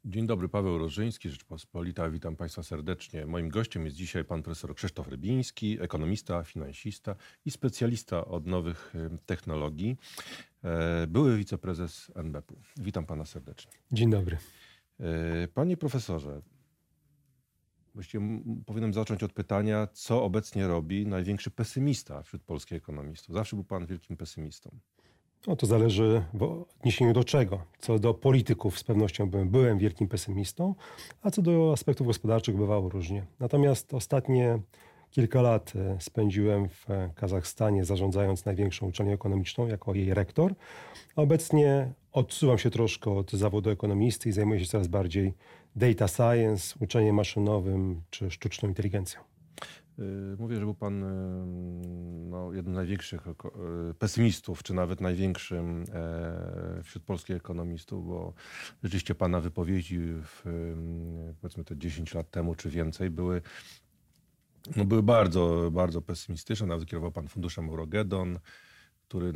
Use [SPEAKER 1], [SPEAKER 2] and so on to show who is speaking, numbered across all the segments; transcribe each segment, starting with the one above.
[SPEAKER 1] Dzień dobry, Paweł Rożyński, Rzeczpospolita. Witam Państwa serdecznie. Moim gościem jest dzisiaj pan profesor Krzysztof Rybiński, ekonomista, finansista i specjalista od nowych technologii, były wiceprezes NBP-u. Witam pana serdecznie.
[SPEAKER 2] Dzień dobry.
[SPEAKER 1] Panie profesorze, właściwie powinienem zacząć od pytania, co obecnie robi największy pesymista wśród polskich ekonomistów. Zawsze był pan wielkim pesymistą.
[SPEAKER 2] No to zależy w odniesieniu do czego. Co do polityków z pewnością byłem wielkim pesymistą, a co do aspektów gospodarczych bywało różnie. Natomiast ostatnie kilka lat spędziłem w Kazachstanie, zarządzając największą uczelnią ekonomiczną jako jej rektor. Obecnie odsuwam się troszkę od zawodu ekonomisty i zajmuję się coraz bardziej data science, uczeniem maszynowym czy sztuczną inteligencją.
[SPEAKER 1] Mówię, że był pan jednym z największych pesymistów, czy nawet największym wśród polskich ekonomistów, bo rzeczywiście pana wypowiedzi powiedzmy te 10 lat temu czy więcej były bardzo, bardzo pesymistyczne. Nawet kierował pan funduszem Eurogedon, który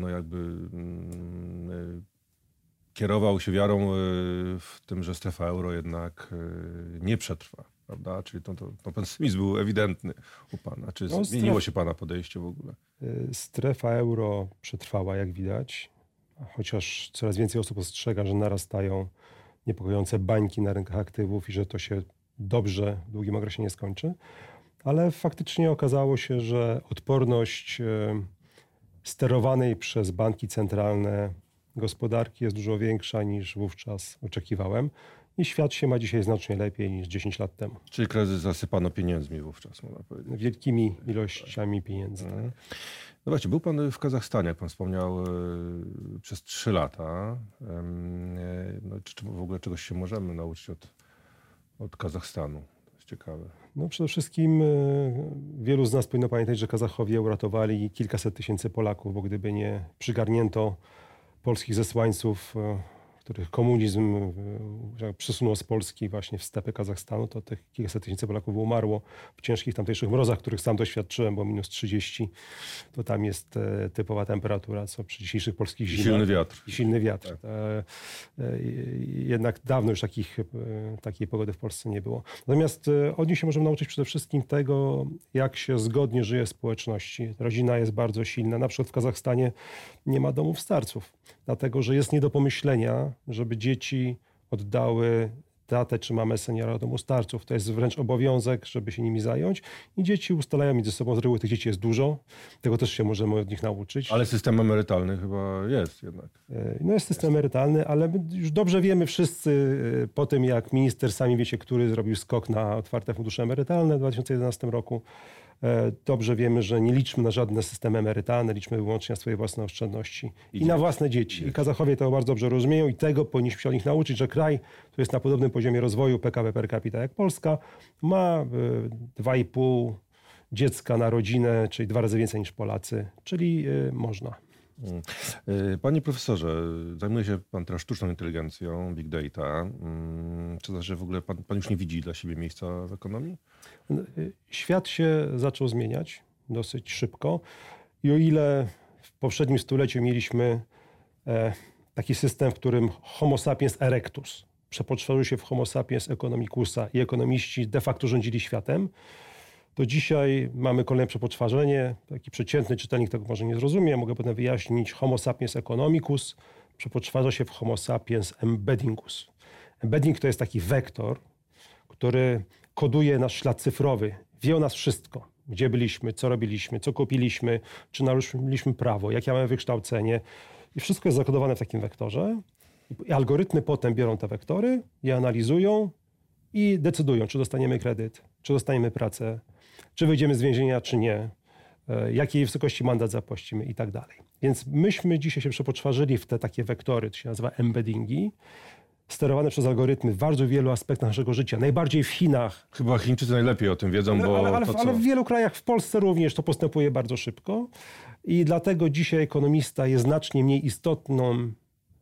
[SPEAKER 1] kierował się wiarą w tym, że strefa euro jednak nie przetrwa. Prawda? Czyli to pesymizm był ewidentny u pana. Czy zmieniło się pana podejście w ogóle?
[SPEAKER 2] Strefa euro przetrwała, jak widać, chociaż coraz więcej osób ostrzega, że narastają niepokojące bańki na rynkach aktywów i że to się dobrze w długim okresie nie skończy. Ale faktycznie okazało się, że odporność sterowanej przez banki centralne gospodarki jest dużo większa niż wówczas oczekiwałem. I świat się ma dzisiaj znacznie lepiej niż 10 lat temu.
[SPEAKER 1] Czyli kryzys zasypano pieniędzmi wówczas, można powiedzieć.
[SPEAKER 2] Wielkimi ilościami pieniędzy. Tak.
[SPEAKER 1] No właśnie, był pan w Kazachstanie, jak pan wspomniał, przez 3 lata. Czy w ogóle czegoś się możemy nauczyć od Kazachstanu? To jest ciekawe.
[SPEAKER 2] No przede wszystkim wielu z nas powinno pamiętać, że Kazachowie uratowali kilkaset tysięcy Polaków, bo gdyby nie przygarnięto polskich zesłańców, których komunizm przesunął z Polski właśnie w stepy Kazachstanu, to tych kilkaset tysięcy Polaków by umarło w ciężkich tamtejszych mrozach, których sam doświadczyłem, bo minus 30 to tam jest typowa temperatura, co przy dzisiejszych polskich zimach.
[SPEAKER 1] Silny wiatr.
[SPEAKER 2] I silny wiatr.
[SPEAKER 1] Tak.
[SPEAKER 2] Jednak dawno już takiej pogody w Polsce nie było. Natomiast od nich się możemy nauczyć przede wszystkim tego, jak się zgodnie żyje w społeczności. Rodzina jest bardzo silna. Na przykład w Kazachstanie nie ma domów starców, dlatego że jest nie do pomyślenia, żeby dzieci oddały tatę czy mamę seniora do domu starców. To jest wręcz obowiązek, żeby się nimi zająć. I dzieci ustalają między sobą, z reguły tych dzieci jest dużo. Tego też się możemy od nich nauczyć.
[SPEAKER 1] Ale system emerytalny chyba jest jednak.
[SPEAKER 2] No jest system emerytalny, ale my już dobrze wiemy wszyscy po tym, jak minister, sami wiecie, który zrobił skok na otwarte fundusze emerytalne w 2011 roku. Dobrze wiemy, że nie liczmy na żadne systemy emerytalne, liczmy wyłącznie na swoje własne oszczędności i na własne dzieci. I Kazachowie to bardzo dobrze rozumieją i tego powinniśmy się od nich nauczyć, że kraj, który jest na podobnym poziomie rozwoju PKB per capita jak Polska, ma 2,5 dziecka na rodzinę, czyli 2 razy więcej niż Polacy, czyli można.
[SPEAKER 1] Panie profesorze, zajmuje się pan teraz sztuczną inteligencją, big data. Czy to znaczy, że w ogóle pan już nie widzi dla siebie miejsca w ekonomii?
[SPEAKER 2] Świat się zaczął zmieniać dosyć szybko i o ile w poprzednim stuleciu mieliśmy taki system, w którym Homo sapiens erectus przepoczwarzył się w Homo sapiens economicusa i ekonomiści de facto rządzili światem, to dzisiaj mamy kolejne przepoczwarzenie. Taki przeciętny czytelnik tego może nie zrozumie. Mogę potem wyjaśnić. Homo sapiens economicus przepoczwarza się w Homo sapiens embeddingus. Embedding to jest taki wektor, który koduje nasz ślad cyfrowy. Wie o nas wszystko. Gdzie byliśmy, co robiliśmy, co kupiliśmy, czy naruszyliśmy prawo, jakie mamy wykształcenie. I wszystko jest zakodowane w takim wektorze. I algorytmy potem biorą te wektory, je analizują i decydują, czy dostaniemy kredyt, czy dostaniemy pracę, czy wyjdziemy z więzienia, czy nie, jakiej wysokości mandat zapłacimy i tak dalej. Więc myśmy dzisiaj się przepoczwarzyli w te takie wektory, to się nazywa embeddingi, sterowane przez algorytmy w bardzo wielu aspektach naszego życia. Najbardziej w Chinach.
[SPEAKER 1] Chyba Chińczycy najlepiej o tym wiedzą, bo
[SPEAKER 2] ale w wielu krajach, w Polsce również to postępuje bardzo szybko i dlatego dzisiaj ekonomista jest znacznie mniej istotną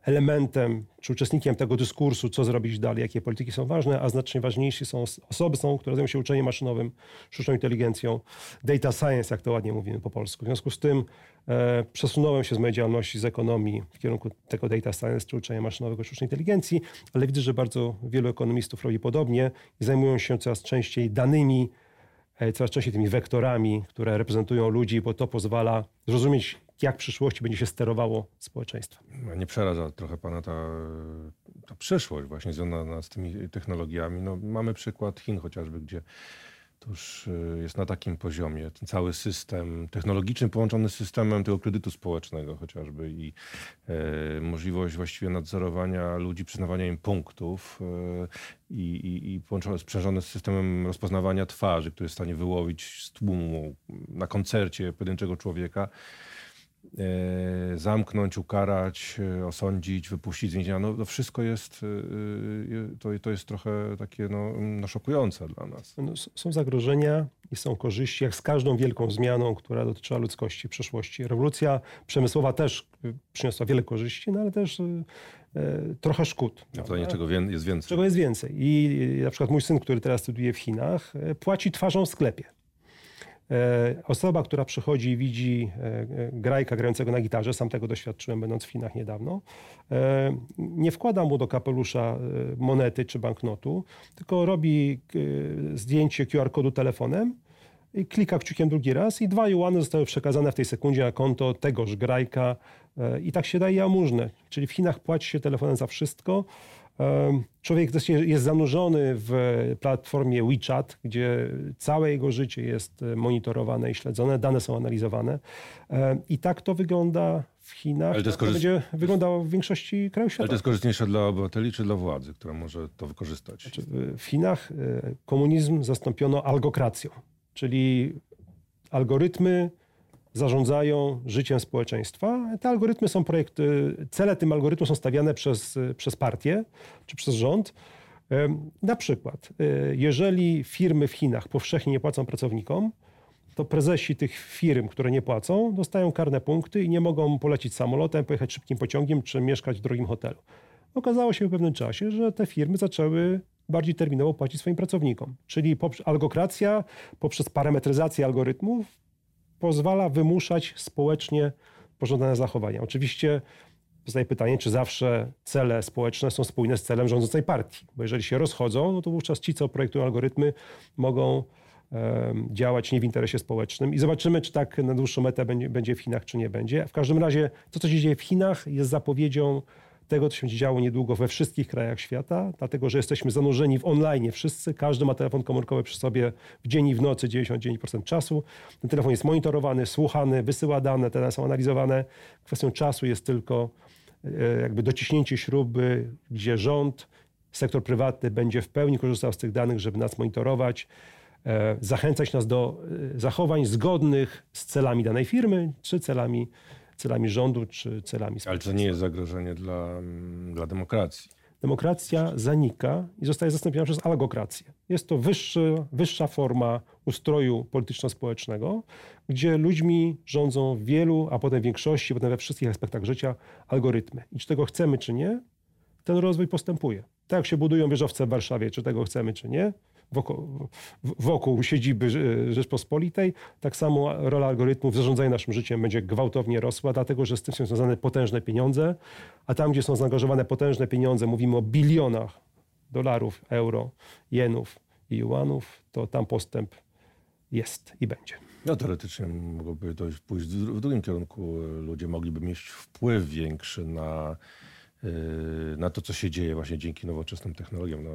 [SPEAKER 2] elementem czy uczestnikiem tego dyskursu, co zrobić dalej, jakie polityki są ważne, a znacznie ważniejsi są osoby, które zajmują się uczeniem maszynowym, sztuczną inteligencją, data science, jak to ładnie mówimy po polsku. W związku z tym przesunąłem się z mojej działalności z ekonomii w kierunku tego data science, czy uczenia maszynowego, sztucznej inteligencji, ale widzę, że bardzo wielu ekonomistów robi podobnie i zajmują się coraz częściej danymi, coraz częściej tymi wektorami, które reprezentują ludzi, bo to pozwala zrozumieć, jak w przyszłości będzie się sterowało społeczeństwem.
[SPEAKER 1] Nie przeraża trochę pana ta przyszłość właśnie związana z tymi technologiami? No, mamy przykład Chin chociażby, gdzie to już jest na takim poziomie. Ten cały system technologiczny połączony z systemem tego kredytu społecznego chociażby i możliwość właściwie nadzorowania ludzi, przyznawania im punktów i połączone, sprzężone z systemem rozpoznawania twarzy, który jest w stanie wyłowić z tłumu na koncercie pojedynczego człowieka, zamknąć, ukarać, osądzić, wypuścić z więzienia. No, to wszystko jest, to jest trochę takie szokujące dla nas.
[SPEAKER 2] No, są zagrożenia i są korzyści, jak z każdą wielką zmianą, która dotyczyła ludzkości w przeszłości. Rewolucja przemysłowa też przyniosła wiele korzyści, no ale też trochę szkód.
[SPEAKER 1] A pytanie, czego jest więcej?
[SPEAKER 2] Czego jest więcej. I na przykład mój syn, który teraz studiuje w Chinach, płaci twarzą w sklepie. Osoba, która przychodzi i widzi grajka grającego na gitarze, sam tego doświadczyłem będąc w Chinach niedawno, nie wkłada mu do kapelusza monety czy banknotu, tylko robi zdjęcie QR-kodu telefonem i klika kciukiem drugi raz i 2 juany zostały przekazane w tej sekundzie na konto tegoż grajka i tak się daje jałmużnę. Czyli w Chinach płaci się telefonem za wszystko. Człowiek jest zanurzony w platformie WeChat, gdzie całe jego życie jest monitorowane i śledzone, dane są analizowane. I tak to wygląda w Chinach.
[SPEAKER 1] Ale
[SPEAKER 2] to będzie wyglądało w większości krajów świata.
[SPEAKER 1] Ale to jest korzystniejsze dla obywateli czy dla władzy, która może to wykorzystać?
[SPEAKER 2] Znaczy, w Chinach komunizm zastąpiono algokracją, czyli algorytmy zarządzają życiem społeczeństwa. Te algorytmy są cele tym algorytmom są stawiane przez partię czy przez rząd. Na przykład, jeżeli firmy w Chinach powszechnie nie płacą pracownikom, to prezesi tych firm, które nie płacą, dostają karne punkty i nie mogą polecić samolotem, pojechać szybkim pociągiem czy mieszkać w drogim hotelu. Okazało się w pewnym czasie, że te firmy zaczęły bardziej terminowo płacić swoim pracownikom. Czyli algokracja poprzez parametryzację algorytmów pozwala wymuszać społecznie pożądane zachowania. Oczywiście pozostaje pytanie, czy zawsze cele społeczne są spójne z celem rządzącej partii. Bo jeżeli się rozchodzą, no to wówczas ci, co projektują algorytmy, mogą działać nie w interesie społecznym. I zobaczymy, czy tak na dłuższą metę będzie w Chinach, czy nie będzie. W każdym razie to, co się dzieje w Chinach, jest zapowiedzią tego, co się będzie działo niedługo we wszystkich krajach świata, dlatego że jesteśmy zanurzeni w online wszyscy. Każdy ma telefon komórkowy przy sobie w dzień i w nocy 99% czasu. Ten telefon jest monitorowany, słuchany, wysyła dane, te dane są analizowane. Kwestią czasu jest tylko jakby dociśnięcie śruby, gdzie rząd, sektor prywatny będzie w pełni korzystał z tych danych, żeby nas monitorować, zachęcać nas do zachowań zgodnych z celami danej firmy, czy celami rządu, czy celami społeczeństwa.
[SPEAKER 1] Ale to nie jest zagrożenie dla demokracji.
[SPEAKER 2] Demokracja zanika i zostaje zastąpiona przez algokrację. Jest to wyższa forma ustroju polityczno-społecznego, gdzie ludźmi rządzą w wielu, a potem w większości, potem we wszystkich aspektach życia algorytmy. I czy tego chcemy, czy nie, ten rozwój postępuje. Tak jak się budują wieżowce w Warszawie, czy tego chcemy, czy nie, wokół siedziby Rzeczpospolitej, tak samo rola algorytmów w zarządzaniu naszym życiem będzie gwałtownie rosła, dlatego że z tym są związane potężne pieniądze, a tam, gdzie są zaangażowane potężne pieniądze, mówimy o bilionach dolarów, euro, jenów i juanów, to tam postęp jest i będzie.
[SPEAKER 1] No teoretycznie mogłoby to pójść w drugim kierunku. Ludzie mogliby mieć wpływ większy na to, co się dzieje właśnie dzięki nowoczesnym technologiom.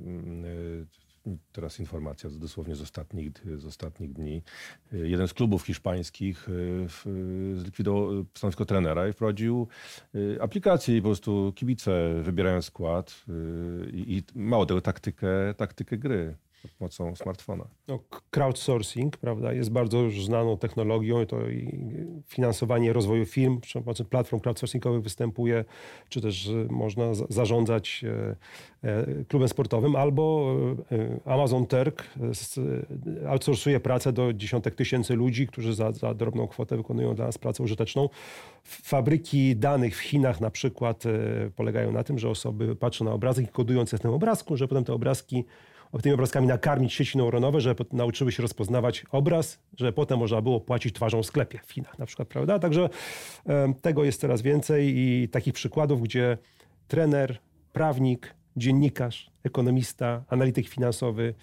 [SPEAKER 1] Teraz informacja dosłownie z ostatnich dni. Jeden z klubów hiszpańskich zlikwidował stanowisko trenera i wprowadził aplikację i po prostu kibice wybierają skład i mało tego taktykę gry. za pomocą smartfona.
[SPEAKER 2] No, crowdsourcing, prawda, jest bardzo już znaną technologią, to i finansowanie rozwoju firm przy pomocy platform crowdsourcingowych występuje, czy też można zarządzać klubem sportowym, albo Amazon Turk outsourcuje pracę do dziesiątek tysięcy ludzi, którzy za drobną kwotę wykonują dla nas pracę użyteczną. Fabryki danych w Chinach na przykład polegają na tym, że osoby patrzą na obrazek i kodują coś w tym obrazku, że potem tymi obrazkami nakarmić sieci neuronowe, żeby nauczyły się rozpoznawać obraz, żeby potem można było płacić twarzą w sklepie w Chinach na przykład, prawda? Także tego jest coraz więcej i takich przykładów, gdzie trener, prawnik, dziennikarz, ekonomista, analityk finansowy,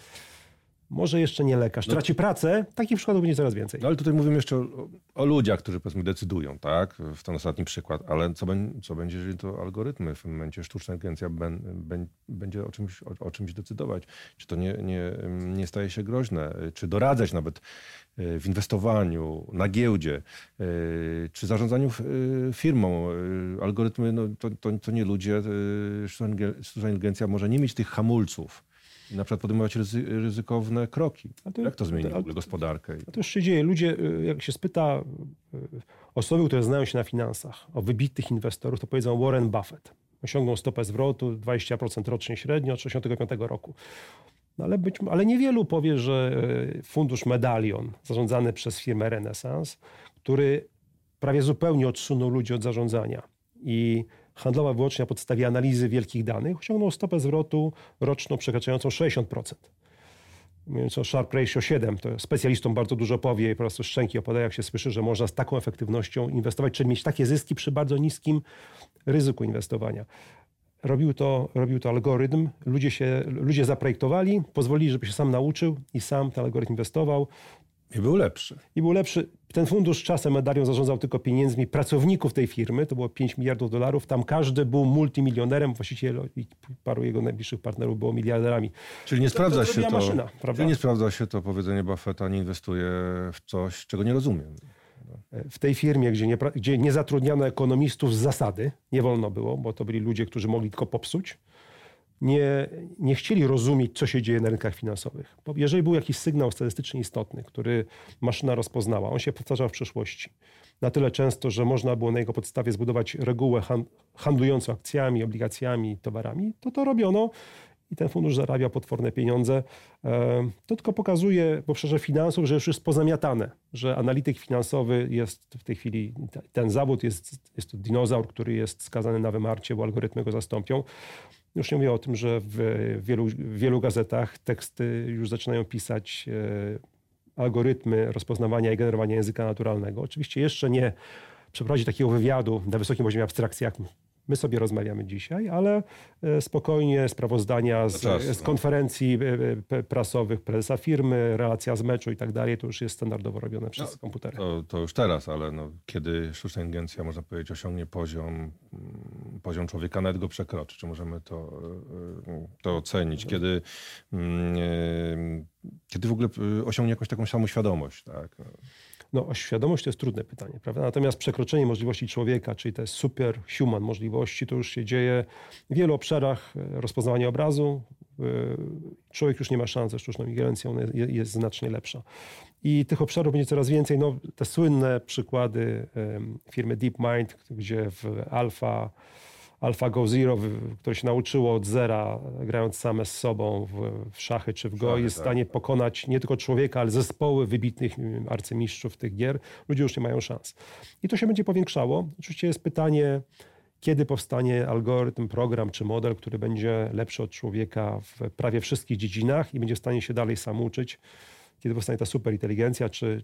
[SPEAKER 2] może jeszcze nie lekarz, traci pracę, takich przykładów będzie coraz więcej.
[SPEAKER 1] No ale tutaj mówimy jeszcze o ludziach, którzy powiedzmy decydują, tak? W ten ostatni przykład, ale co będzie, jeżeli to algorytmy w tym momencie, sztuczna inteligencja będzie o czymś decydować? Czy to nie staje się groźne? Czy doradzać nawet w inwestowaniu, na giełdzie, czy zarządzaniu firmą? Algorytmy, no, to nie ludzie, sztuczna inteligencja może nie mieć tych hamulców, i na przykład podejmować ryzykowne kroki. Jak to zmieni w ogóle gospodarkę?
[SPEAKER 2] A to już się dzieje. Ludzie, jak się spyta osoby, które znają się na finansach, o wybitnych inwestorów, to powiedzą Warren Buffett. Osiągnął stopę zwrotu 20% rocznie średnio od 1965 roku. No ale niewielu powie, że fundusz Medalion, zarządzany przez firmę Renesans, który prawie zupełnie odsunął ludzi od zarządzania i handlował wyłącznie na podstawie analizy wielkich danych, osiągnął stopę zwrotu roczną przekraczającą 60%. Mówiąc o Sharpe Ratio 7, to specjalistom bardzo dużo powie i po prostu szczęki opadają, jak się słyszy, że można z taką efektywnością inwestować, czyli mieć takie zyski przy bardzo niskim ryzyku inwestowania. Robił to algorytm, ludzie zaprojektowali, pozwolili, żeby się sam nauczył i sam ten algorytm inwestował.
[SPEAKER 1] I był lepszy.
[SPEAKER 2] Ten fundusz czasem Medalion zarządzał tylko pieniędzmi pracowników tej firmy, to było $5 miliardów, tam każdy był multimilionerem, właściciel i paru jego najbliższych partnerów było miliarderami.
[SPEAKER 1] Czyli nie sprawdza się to,
[SPEAKER 2] maszyna, prawda?
[SPEAKER 1] Czyli nie sprawdza się to powiedzenie Buffetta, nie inwestuje w coś, czego nie rozumiem.
[SPEAKER 2] W tej firmie, gdzie nie zatrudniano ekonomistów z zasady, nie wolno było, bo to byli ludzie, którzy mogli tylko popsuć, nie chcieli rozumieć, co się dzieje na rynkach finansowych. Bo jeżeli był jakiś sygnał statystycznie istotny, który maszyna rozpoznała, on się powtarzał w przeszłości. Na tyle często, że można było na jego podstawie zbudować regułę handlującą akcjami, obligacjami, towarami, to robiono i ten fundusz zarabia potworne pieniądze. To tylko pokazuje w obszarze finansów, że już jest pozamiatane, że analityk finansowy jest w tej chwili, ten zawód jest to dinozaur, który jest skazany na wymarcie, bo algorytmy go zastąpią. Już nie mówię o tym, że w wielu gazetach teksty już zaczynają pisać algorytmy rozpoznawania i generowania języka naturalnego. Oczywiście jeszcze nie przeprowadzi takiego wywiadu na wysokim poziomie abstrakcji, jak my sobie rozmawiamy dzisiaj, ale spokojnie sprawozdania z konferencji prasowych prezesa firmy, relacja z meczu i tak dalej, to już jest standardowo robione przez komputery.
[SPEAKER 1] To już teraz, ale kiedy sztuczna inteligencja, można powiedzieć, osiągnie poziom człowieka, nawet go przekroczy, czy możemy to ocenić? Kiedy w ogóle osiągnie jakąś taką samoświadomość, tak?
[SPEAKER 2] No, świadomość to jest trudne pytanie, prawda? Natomiast przekroczenie możliwości człowieka, czyli te superhuman możliwości, to już się dzieje w wielu obszarach rozpoznawania obrazu. Człowiek już nie ma szans ze sztuczną inteligencją, ona jest znacznie lepsza. I tych obszarów będzie coraz więcej. No, te słynne przykłady firmy DeepMind, gdzie w AlphaGo Zero, które się nauczyło od zera, grając same z sobą w szachy czy w go, jest w stanie pokonać nie tylko człowieka, ale zespoły wybitnych arcymistrzów tych gier. Ludzie już nie mają szans. I to się będzie powiększało. Oczywiście jest pytanie, kiedy powstanie algorytm, program czy model, który będzie lepszy od człowieka w prawie wszystkich dziedzinach i będzie w stanie się dalej sam uczyć. Kiedy powstanie ta superinteligencja,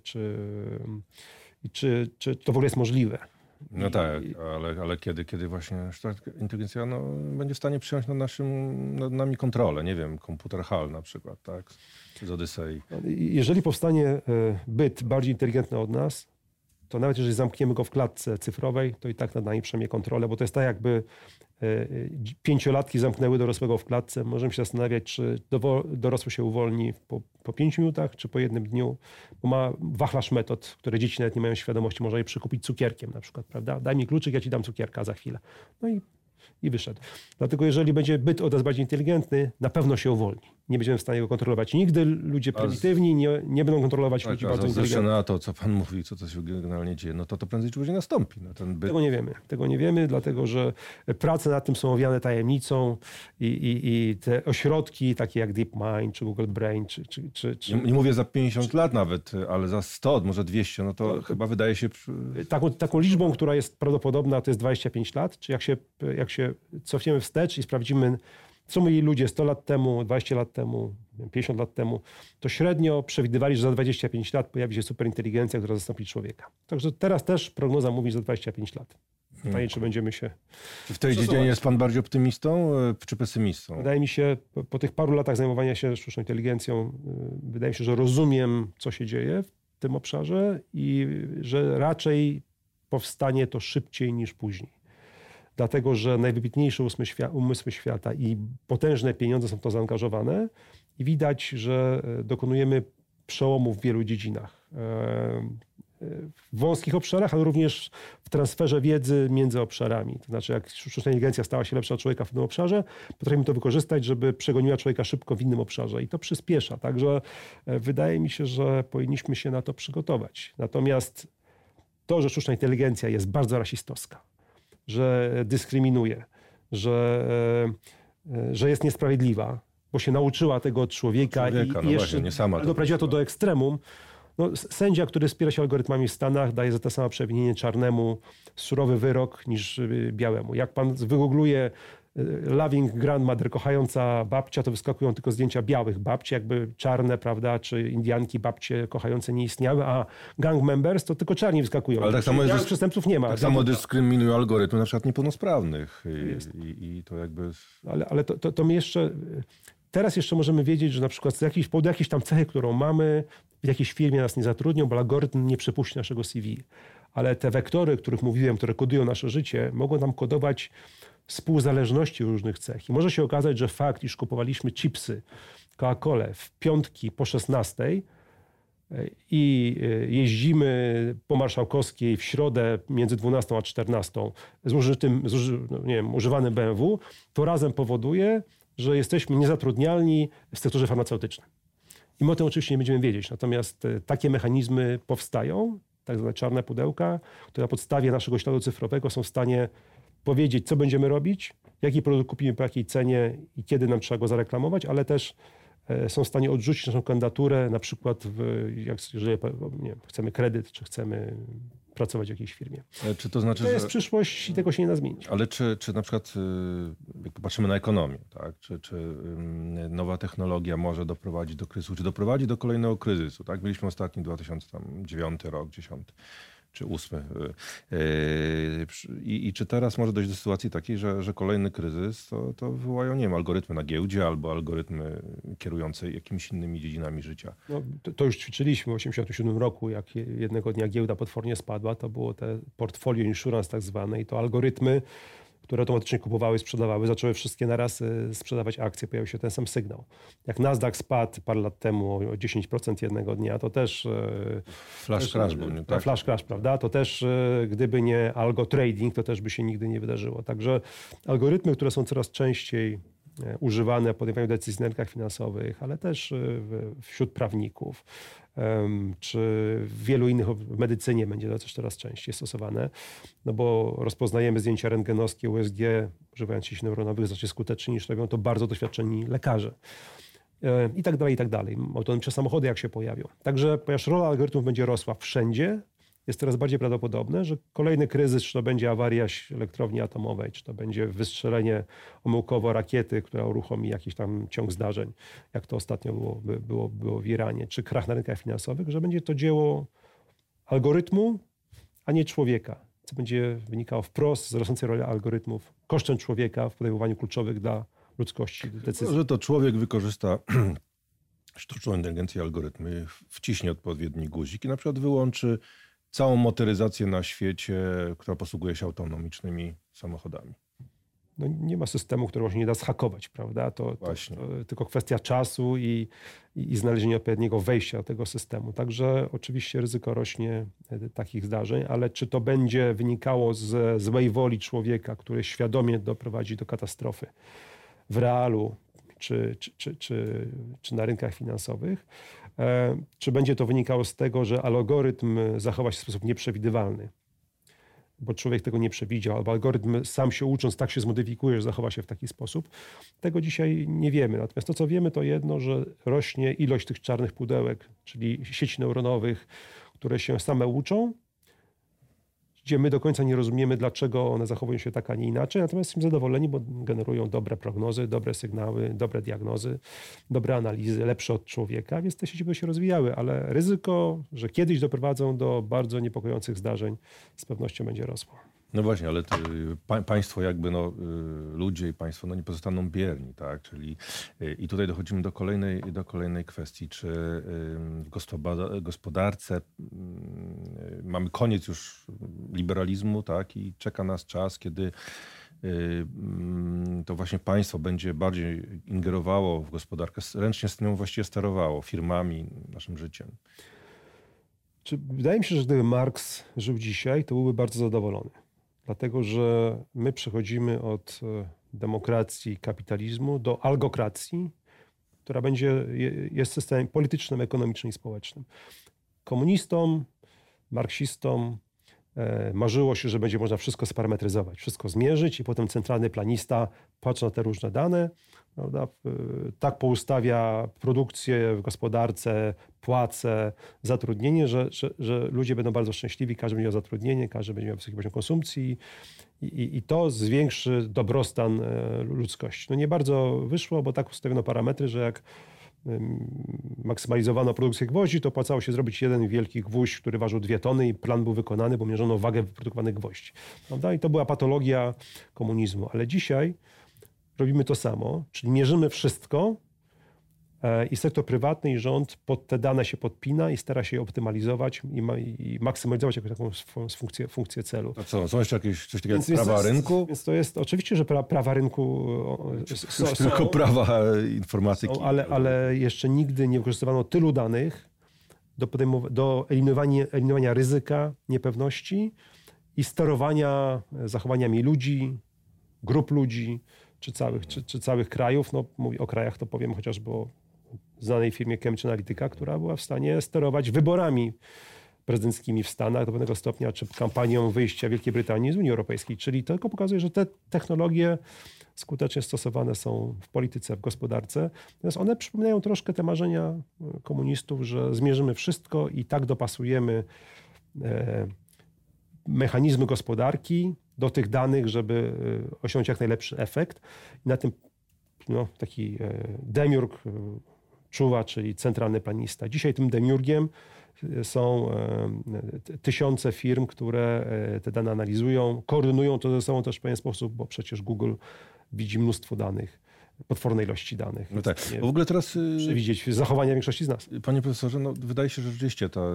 [SPEAKER 2] czy to w ogóle jest możliwe.
[SPEAKER 1] No tak, ale kiedy właśnie sztuczna inteligencja będzie w stanie przyjąć nad nami kontrolę, nie wiem, komputer HAL na przykład, tak, z Odysei.
[SPEAKER 2] Jeżeli powstanie byt bardziej inteligentny od nas, to nawet jeżeli zamkniemy go w klatce cyfrowej, to i tak nad nami przejmie kontrolę, bo to jest tak jakby 5-latki zamknęły dorosłego w klatce. Możemy się zastanawiać, czy dorosły się uwolni po 5 minutach, czy po jednym dniu, bo ma wachlarz metod, które dzieci nawet nie mają świadomości. Można je przykupić cukierkiem na przykład, prawda? Daj mi kluczyk, ja ci dam cukierka za chwilę. No i wyszedł. Dlatego jeżeli będzie byt od nas bardziej inteligentny, na pewno się uwolni. nie będziemy w stanie go kontrolować nigdy. Ludzie prymitywni nie będą kontrolować ludzi
[SPEAKER 1] Tak,
[SPEAKER 2] bardzo
[SPEAKER 1] a zresztą
[SPEAKER 2] inteligentnych.
[SPEAKER 1] na to, co pan mówi, co się generalnie dzieje, no to prędzej czy później nastąpi. No, ten byt...
[SPEAKER 2] Tego nie wiemy, dlatego że prace nad tym są owiane tajemnicą i te ośrodki takie jak DeepMind, czy Google Brain, czy
[SPEAKER 1] Nie mówię za 50 lat nawet, ale za 100, może 200, no to chyba wydaje się...
[SPEAKER 2] taką liczbą, która jest prawdopodobna, to jest 25 lat. Czy jak się cofniemy wstecz i sprawdzimy, co mówili ludzie 100 lat temu, 20 lat temu, 50 lat temu, to średnio przewidywali, że za 25 lat pojawi się superinteligencja, która zastąpi człowieka. Także teraz też prognoza mówi, że za 25 lat. Pytanie, czy będziemy się...
[SPEAKER 1] Czy w tej dziedzinie jest pan bardziej optymistą czy pesymistą?
[SPEAKER 2] Wydaje mi się, po tych paru latach zajmowania się sztuczną inteligencją, wydaje mi się, że rozumiem, co się dzieje w tym obszarze i że raczej powstanie to szybciej niż później. Dlatego, że najwybitniejsze umysły świata i potężne pieniądze są w to zaangażowane i widać, że dokonujemy przełomów w wielu dziedzinach. W wąskich obszarach, ale również w transferze wiedzy między obszarami. To znaczy, jak sztuczna inteligencja stała się lepsza od człowieka w tym obszarze, potrafimy to wykorzystać, żeby przegoniła człowieka szybko w innym obszarze i to przyspiesza. Także wydaje mi się, że powinniśmy się na to przygotować. Natomiast to, że sztuczna inteligencja jest bardzo rasistowska, że dyskryminuje, że jest niesprawiedliwa, bo się nauczyła tego od człowieka
[SPEAKER 1] no
[SPEAKER 2] i
[SPEAKER 1] właśnie,
[SPEAKER 2] jeszcze
[SPEAKER 1] nie sama to
[SPEAKER 2] doprowadziła to do ekstremum. No, sędzia, który wspiera się algorytmami w Stanach, daje za to samo przewinienie czarnemu surowy wyrok niż białemu. Jak pan wygoogluje loving grandmother, kochająca babcia, to wyskakują tylko zdjęcia białych babci, jakby czarne, prawda, czy Indianki babcie kochające nie istniały, a gang members to tylko czarni wyskakują.
[SPEAKER 1] Ale tak samo
[SPEAKER 2] białych
[SPEAKER 1] jest,
[SPEAKER 2] przestępców nie ma.
[SPEAKER 1] tak samo dyskryminują algorytmy na przykład niepełnosprawnych i to jakby...
[SPEAKER 2] Ale to my jeszcze... Teraz jeszcze możemy wiedzieć, że na przykład pod jakieś tam cechy, którą mamy, w jakiejś firmie nas nie zatrudnią, bo algorytm nie przepuści naszego CV. Ale te wektory, o których mówiłem, które kodują nasze życie, mogą nam kodować współzależności różnych cech. I może się okazać, że fakt, iż kupowaliśmy chipsy, Coca-Colę w piątki po 16 i jeździmy po Marszałkowskiej w środę między 12 a 14 z używanym BMW, to razem powoduje, że jesteśmy niezatrudnialni w sektorze farmaceutycznym. I my o tym oczywiście nie będziemy wiedzieć. Natomiast takie mechanizmy powstają, tak zwane czarne pudełka, które na podstawie naszego śladu cyfrowego są w stanie powiedzieć, co będziemy robić, jaki produkt kupimy, po jakiej cenie i kiedy nam trzeba go zareklamować, ale też są w stanie odrzucić naszą kandydaturę, na przykład jeżeli chcemy kredyt, czy chcemy pracować w jakiejś firmie.
[SPEAKER 1] Czy to znaczy,
[SPEAKER 2] to jest przyszłość i tego się nie da zmienić.
[SPEAKER 1] Ale czy na przykład, jak patrzymy na ekonomię, tak? Czy nowa technologia może doprowadzić do kryzysu, czy doprowadzi do kolejnego kryzysu? Tak? Byliśmy ostatni 2009 rok, 10 czy 8. I czy teraz może dojść do sytuacji takiej, że kolejny kryzys to wywołają, nie wiem, algorytmy na giełdzie albo algorytmy kierujące jakimiś innymi dziedzinami życia?
[SPEAKER 2] No, to już ćwiczyliśmy w 1987 roku, jak jednego dnia giełda potwornie spadła. To było te portfolio insurance tak zwane i to algorytmy, które automatycznie kupowały i sprzedawały, zaczęły wszystkie naraz sprzedawać akcje. Pojawił się ten sam sygnał. Jak Nasdaq spadł parę lat temu o 10% jednego dnia, to też...
[SPEAKER 1] Flash crash był, nie? Tak?
[SPEAKER 2] Flash crash, prawda? To też, gdyby nie algo trading, to też by się nigdy nie wydarzyło. Także algorytmy, które są coraz częściej używane w podejmowaniu decyzji na rynkach finansowych, ale też wśród prawników, czy w wielu innych, w medycynie będzie to też coraz częściej stosowane, no bo rozpoznajemy zdjęcia rentgenowskie USG, używając sieci neuronowych, znacznie skuteczniej niż robią to bardzo doświadczeni lekarze. I tak dalej, i tak dalej. Autonomiczne samochody jak się pojawią. Także ponieważ rola algorytmów będzie rosła wszędzie, jest coraz bardziej prawdopodobne, że kolejny kryzys, czy to będzie awaria elektrowni atomowej, czy to będzie wystrzelenie omyłkowo rakiety, która uruchomi jakiś tam ciąg zdarzeń, jak to ostatnio było w Iranie, czy krach na rynkach finansowych, że będzie to dzieło algorytmu, a nie człowieka, co będzie wynikało wprost z rosnącej roli algorytmów kosztem człowieka w podejmowaniu kluczowych dla ludzkości decyzji.
[SPEAKER 1] Że to człowiek wykorzysta sztuczną inteligencję, algorytmy, wciśnie odpowiedni guzik i na przykład wyłączy całą motoryzację na świecie, która posługuje się autonomicznymi samochodami.
[SPEAKER 2] No nie ma systemu, którego się nie da zhakować, prawda? To tylko kwestia czasu i znalezienia odpowiedniego wejścia do tego systemu. Także oczywiście ryzyko rośnie takich zdarzeń, ale czy to będzie wynikało z złej woli człowieka, który świadomie doprowadzi do katastrofy w realu, czy na rynkach finansowych, czy będzie to wynikało z tego, że algorytm zachowa się w sposób nieprzewidywalny, bo człowiek tego nie przewidział, albo algorytm sam się ucząc tak się zmodyfikuje, że zachowa się w taki sposób. Tego dzisiaj nie wiemy. Natomiast to, co wiemy, to jedno, że rośnie ilość tych czarnych pudełek, czyli sieci neuronowych, które się same uczą, gdzie my do końca nie rozumiemy, dlaczego one zachowują się tak, a nie inaczej, natomiast jesteśmy zadowoleni, bo generują dobre prognozy, dobre sygnały, dobre diagnozy, dobre analizy, lepsze od człowieka, więc te sieci będą się rozwijały, ale ryzyko, że kiedyś doprowadzą do bardzo niepokojących zdarzeń, z pewnością będzie rosło.
[SPEAKER 1] No właśnie, ale państwo jakby, ludzie i państwo nie pozostaną bierni, tak? Czyli i tutaj dochodzimy do kolejnej kwestii, czy w gospodarce mamy koniec już liberalizmu, tak? I czeka nas czas, kiedy to właśnie państwo będzie bardziej ingerowało w gospodarkę, ręcznie z nią właściwie sterowało firmami, naszym życiem.
[SPEAKER 2] Wydaje mi się, że gdyby Marks żył dzisiaj, to byłby bardzo zadowolony. Dlatego, że my przechodzimy od demokracji, kapitalizmu do algokracji, która jest systemem politycznym, ekonomicznym i społecznym. Komunistom, marksistom marzyło się, że będzie można wszystko sparametryzować, wszystko zmierzyć i potem centralny planista patrzy na te różne dane, prawda? Tak poustawia produkcję w gospodarce, płace, zatrudnienie, że ludzie będą bardzo szczęśliwi, każdy będzie miał zatrudnienie, każdy będzie miał wysoki poziom konsumpcji i to zwiększy dobrostan ludzkości. No nie bardzo wyszło, bo tak ustawiono parametry, że jak maksymalizowano produkcję gwoździ, to opłacało się zrobić jeden wielki gwóźdź, który ważył 2 tony i plan był wykonany, bo mierzono wagę wyprodukowanych gwoździ. Prawda? I to była patologia komunizmu. Ale dzisiaj robimy to samo, czyli mierzymy wszystko i sektor prywatny i rząd pod te dane się podpina i stara się je optymalizować i maksymalizować jakąś taką funkcję celu.
[SPEAKER 1] A co, są jeszcze jakieś coś takiego jak prawa rynku?
[SPEAKER 2] Więc to jest oczywiście, że prawa rynku
[SPEAKER 1] są. Tylko prawa informatyki.
[SPEAKER 2] Ale jeszcze nigdy nie wykorzystywano tylu danych do eliminowania ryzyka, niepewności i sterowania zachowaniami ludzi, grup ludzi, czy całych krajów. No, mówię o krajach, to powiem chociażby o znanej firmie Cambridge Analytica, która była w stanie sterować wyborami prezydenckimi w Stanach do pewnego stopnia, czy kampanią wyjścia Wielkiej Brytanii z Unii Europejskiej. Czyli to tylko pokazuje, że te technologie skutecznie stosowane są w polityce, w gospodarce. Natomiast one przypominają troszkę te marzenia komunistów, że zmierzymy wszystko i tak dopasujemy mechanizmy gospodarki do tych danych, żeby osiągnąć jak najlepszy efekt. I na tym taki demiurg czuwa, czyli centralny planista. Dzisiaj tym demiurgiem są tysiące firm, które te dane analizują, koordynują to ze sobą też w pewien sposób, bo przecież Google widzi mnóstwo danych, potwornej ilości danych.
[SPEAKER 1] No tak. W ogóle teraz
[SPEAKER 2] przewidzieć zachowania większości z nas.
[SPEAKER 1] Panie profesorze, wydaje się, że rzeczywiście ta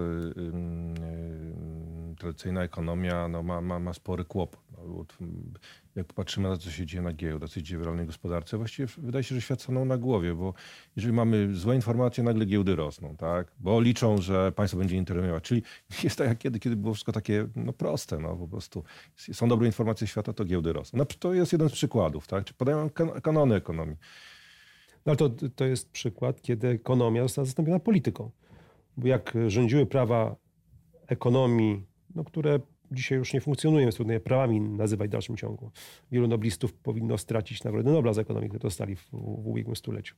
[SPEAKER 1] tradycyjna ekonomia ma spory kłopot. Jak patrzymy na to, co się dzieje na giełdach, co się dzieje w realnej gospodarce, właściwie wydaje się, że świat stanął na głowie, bo jeżeli mamy złe informacje, nagle giełdy rosną, tak? Bo liczą, że państwo będzie interweniować. Czyli jest tak jak kiedy było wszystko takie proste, po prostu są dobre informacje świata, to giełdy rosną. To jest jeden z przykładów, tak? Czy podają kanony ekonomii.
[SPEAKER 2] No ale to jest przykład, kiedy ekonomia została zastąpiona polityką. Bo jak rządziły prawa ekonomii, które dzisiaj już nie funkcjonują, jest trudno je prawami nazywać w dalszym ciągu. Wielu noblistów powinno stracić Nagrodę Nobla z ekonomii, które dostali w ubiegłym stuleciu.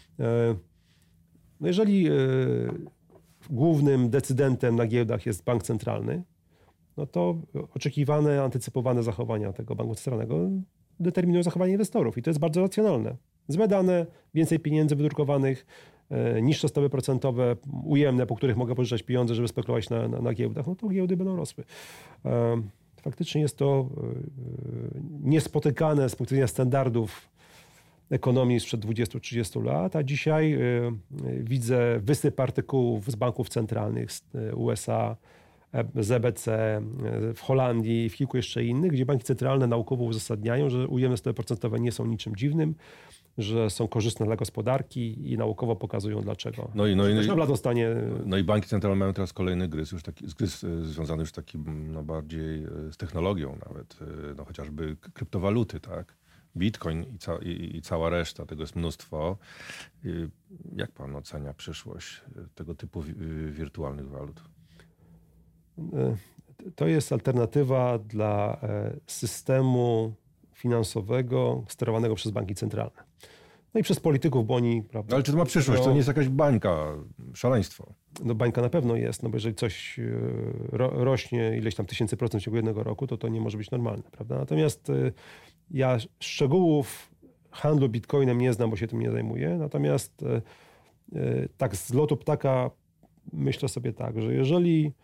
[SPEAKER 2] Jeżeli głównym decydentem na giełdach jest bank centralny, to oczekiwane, antycypowane zachowania tego banku centralnego determinują zachowanie inwestorów i to jest bardzo racjonalne. Złe dane, więcej pieniędzy wydrukowanych, niższe stopy procentowe, ujemne, po których mogę pożyczać pieniądze, żeby spekulować na giełdach, to giełdy będą rosły. Faktycznie jest to niespotykane z punktu widzenia standardów ekonomii sprzed 20-30 lat, a dzisiaj widzę wysyp artykułów z banków centralnych z USA, z EBC, w Holandii, w kilku jeszcze innych, gdzie banki centralne naukowo uzasadniają, że ujemne stopy procentowe nie są niczym dziwnym, że są korzystne dla gospodarki i naukowo pokazują dlaczego. Nobla dostanie...
[SPEAKER 1] I banki centralne mają teraz kolejny gryz, związany już taki bardziej z technologią nawet, chociażby kryptowaluty, tak? Bitcoin i cała reszta, tego jest mnóstwo. Jak pan ocenia przyszłość tego typu wirtualnych walut?
[SPEAKER 2] To jest alternatywa dla systemu finansowego sterowanego przez banki centralne. No i przez polityków, bo oni... Prawda,
[SPEAKER 1] Ale czy to ma przyszłość? To nie jest jakaś bańka, szaleństwo.
[SPEAKER 2] No bańka na pewno jest, no bo jeżeli coś rośnie ileś tam tysięcy procent w ciągu jednego roku, to nie może być normalne, prawda? Natomiast ja szczegółów handlu bitcoinem nie znam, bo się tym nie zajmuję. Natomiast tak z lotu ptaka myślę sobie tak, że jeżeli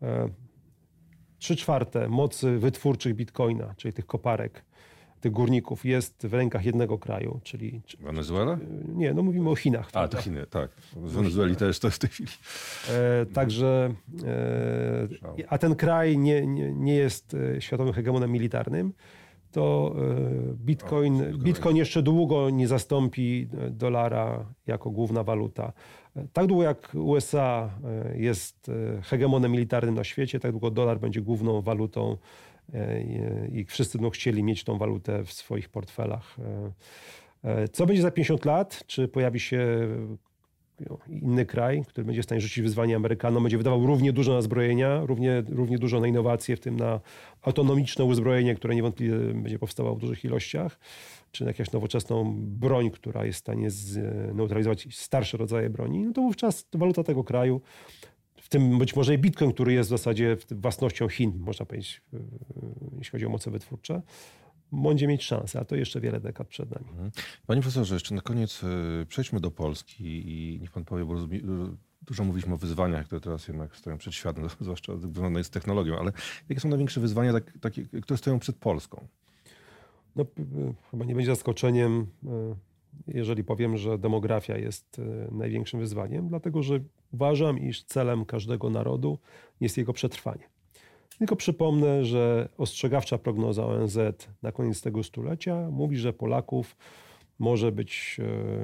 [SPEAKER 2] 3/4 mocy wytwórczych bitcoina, czyli tych koparek, tych górników jest w rękach jednego kraju, czyli...
[SPEAKER 1] Wenezuela?
[SPEAKER 2] Nie, no mówimy o Chinach.
[SPEAKER 1] A, to Chiny, tak. Z Wenezueli też to w tej chwili.
[SPEAKER 2] Także, a ten kraj nie jest światowym hegemonem militarnym, to Bitcoin jeszcze długo nie zastąpi dolara jako główna waluta. Tak długo jak USA jest hegemonem militarnym na świecie, tak długo dolar będzie główną walutą i wszyscy będą chcieli mieć tą walutę w swoich portfelach. Co będzie za 50 lat? Czy pojawi się inny kraj, który będzie w stanie rzucić wyzwanie Amerykanom, będzie wydawał równie dużo na zbrojenia, równie dużo na innowacje, w tym na autonomiczne uzbrojenie, które niewątpliwie będzie powstawało w dużych ilościach, czy na jakąś nowoczesną broń, która jest w stanie zneutralizować starsze rodzaje broni, no to wówczas waluta tego kraju, w tym być może i Bitcoin, który jest w zasadzie własnością Chin, można powiedzieć, jeśli chodzi o moce wytwórcze, będzie mieć szansę, a to jeszcze wiele dekad przed nami.
[SPEAKER 1] Panie profesorze, jeszcze na koniec przejdźmy do Polski i niech pan powie, bo dużo mówiliśmy o wyzwaniach, które teraz jednak stoją przed światem, zwłaszcza związane z technologią, ale jakie są największe wyzwania, takie, które stoją przed Polską?
[SPEAKER 2] No, chyba nie będzie zaskoczeniem, jeżeli powiem, że demografia jest największym wyzwaniem, dlatego że uważam, iż celem każdego narodu jest jego przetrwanie. Tylko przypomnę, że ostrzegawcza prognoza ONZ na koniec tego stulecia mówi, że Polaków może być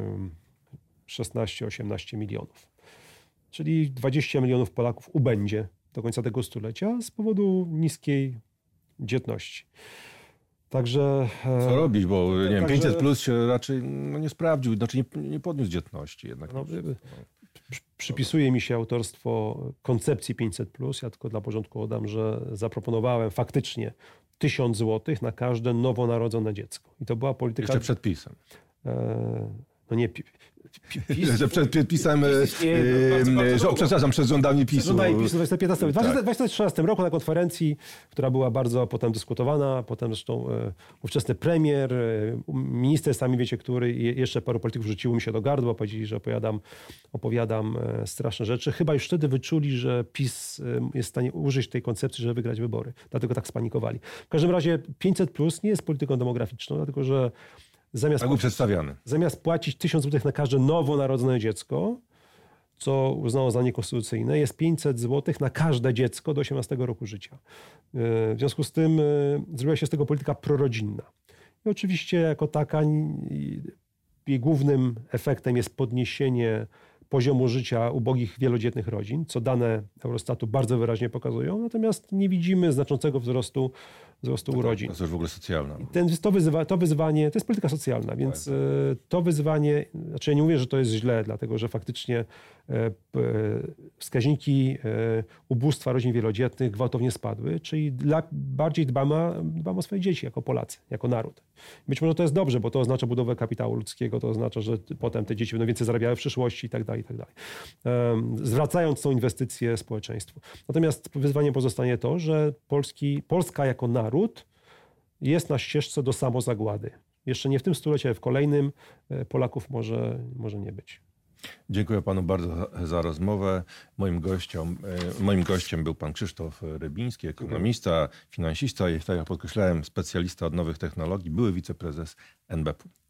[SPEAKER 2] 16-18 milionów. Czyli 20 milionów Polaków ubędzie do końca tego stulecia z powodu niskiej dzietności. Także...
[SPEAKER 1] Co robić, bo nie wiem, 500 plus się raczej nie sprawdził, znaczy nie podniósł dzietności jednak.
[SPEAKER 2] Przypisuje mi się autorstwo koncepcji 500+. Ja tylko dla porządku dodam, że zaproponowałem faktycznie 1000 zł na każde nowonarodzone dziecko. I to była polityka...
[SPEAKER 1] Jeszcze przed PiS-em.
[SPEAKER 2] No nie...
[SPEAKER 1] Że przed PiS-em... Przepraszam, przed rządami PiS-u.
[SPEAKER 2] Rządami PiS-u w 2015. W
[SPEAKER 1] Tak.
[SPEAKER 2] 2013 roku na konferencji, która była bardzo potem dyskutowana, potem zresztą ówczesny premier, minister, sami wiecie, który i jeszcze paru polityków rzuciło mi się do gardła, powiedzieli, że opowiadam straszne rzeczy. Chyba już wtedy wyczuli, że PiS jest w stanie użyć tej koncepcji, żeby wygrać wybory. Dlatego tak spanikowali. W każdym razie 500+ nie jest polityką demograficzną, dlatego że zamiast płacić 1000 zł na każde nowonarodzone dziecko, co uznało za niekonstytucyjne, jest 500 zł na każde dziecko do 18 roku życia. W związku z tym zrobiła się z tego polityka prorodzinna. I oczywiście jako taka jej głównym efektem jest podniesienie poziomu życia ubogich, wielodzietnych rodzin, co dane Eurostatu bardzo wyraźnie pokazują, natomiast nie widzimy znaczącego wzrostu urodzin.
[SPEAKER 1] To jest już w ogóle socjalna.
[SPEAKER 2] To wyzwanie, to jest polityka socjalna, więc tak. To wyzwanie, znaczy ja nie mówię, że to jest źle, dlatego że faktycznie wskaźniki ubóstwa rodzin wielodzietnych gwałtownie spadły, czyli bardziej dbamy o swoje dzieci jako Polacy, jako naród. Być może to jest dobrze, bo to oznacza budowę kapitału ludzkiego, to oznacza, że potem te dzieci będą więcej zarabiały w przyszłości i tak dalej, zwracając tą inwestycję społeczeństwu. Natomiast wyzwaniem pozostanie to, że Polska jako naród jest na ścieżce do samozagłady. Jeszcze nie w tym stuleciu, ale w kolejnym Polaków może nie być.
[SPEAKER 1] Dziękuję panu bardzo za rozmowę. Moim gościem był pan Krzysztof Rybiński, ekonomista, finansista i, tak jak podkreślałem, specjalista od nowych technologii, były wiceprezes NBP.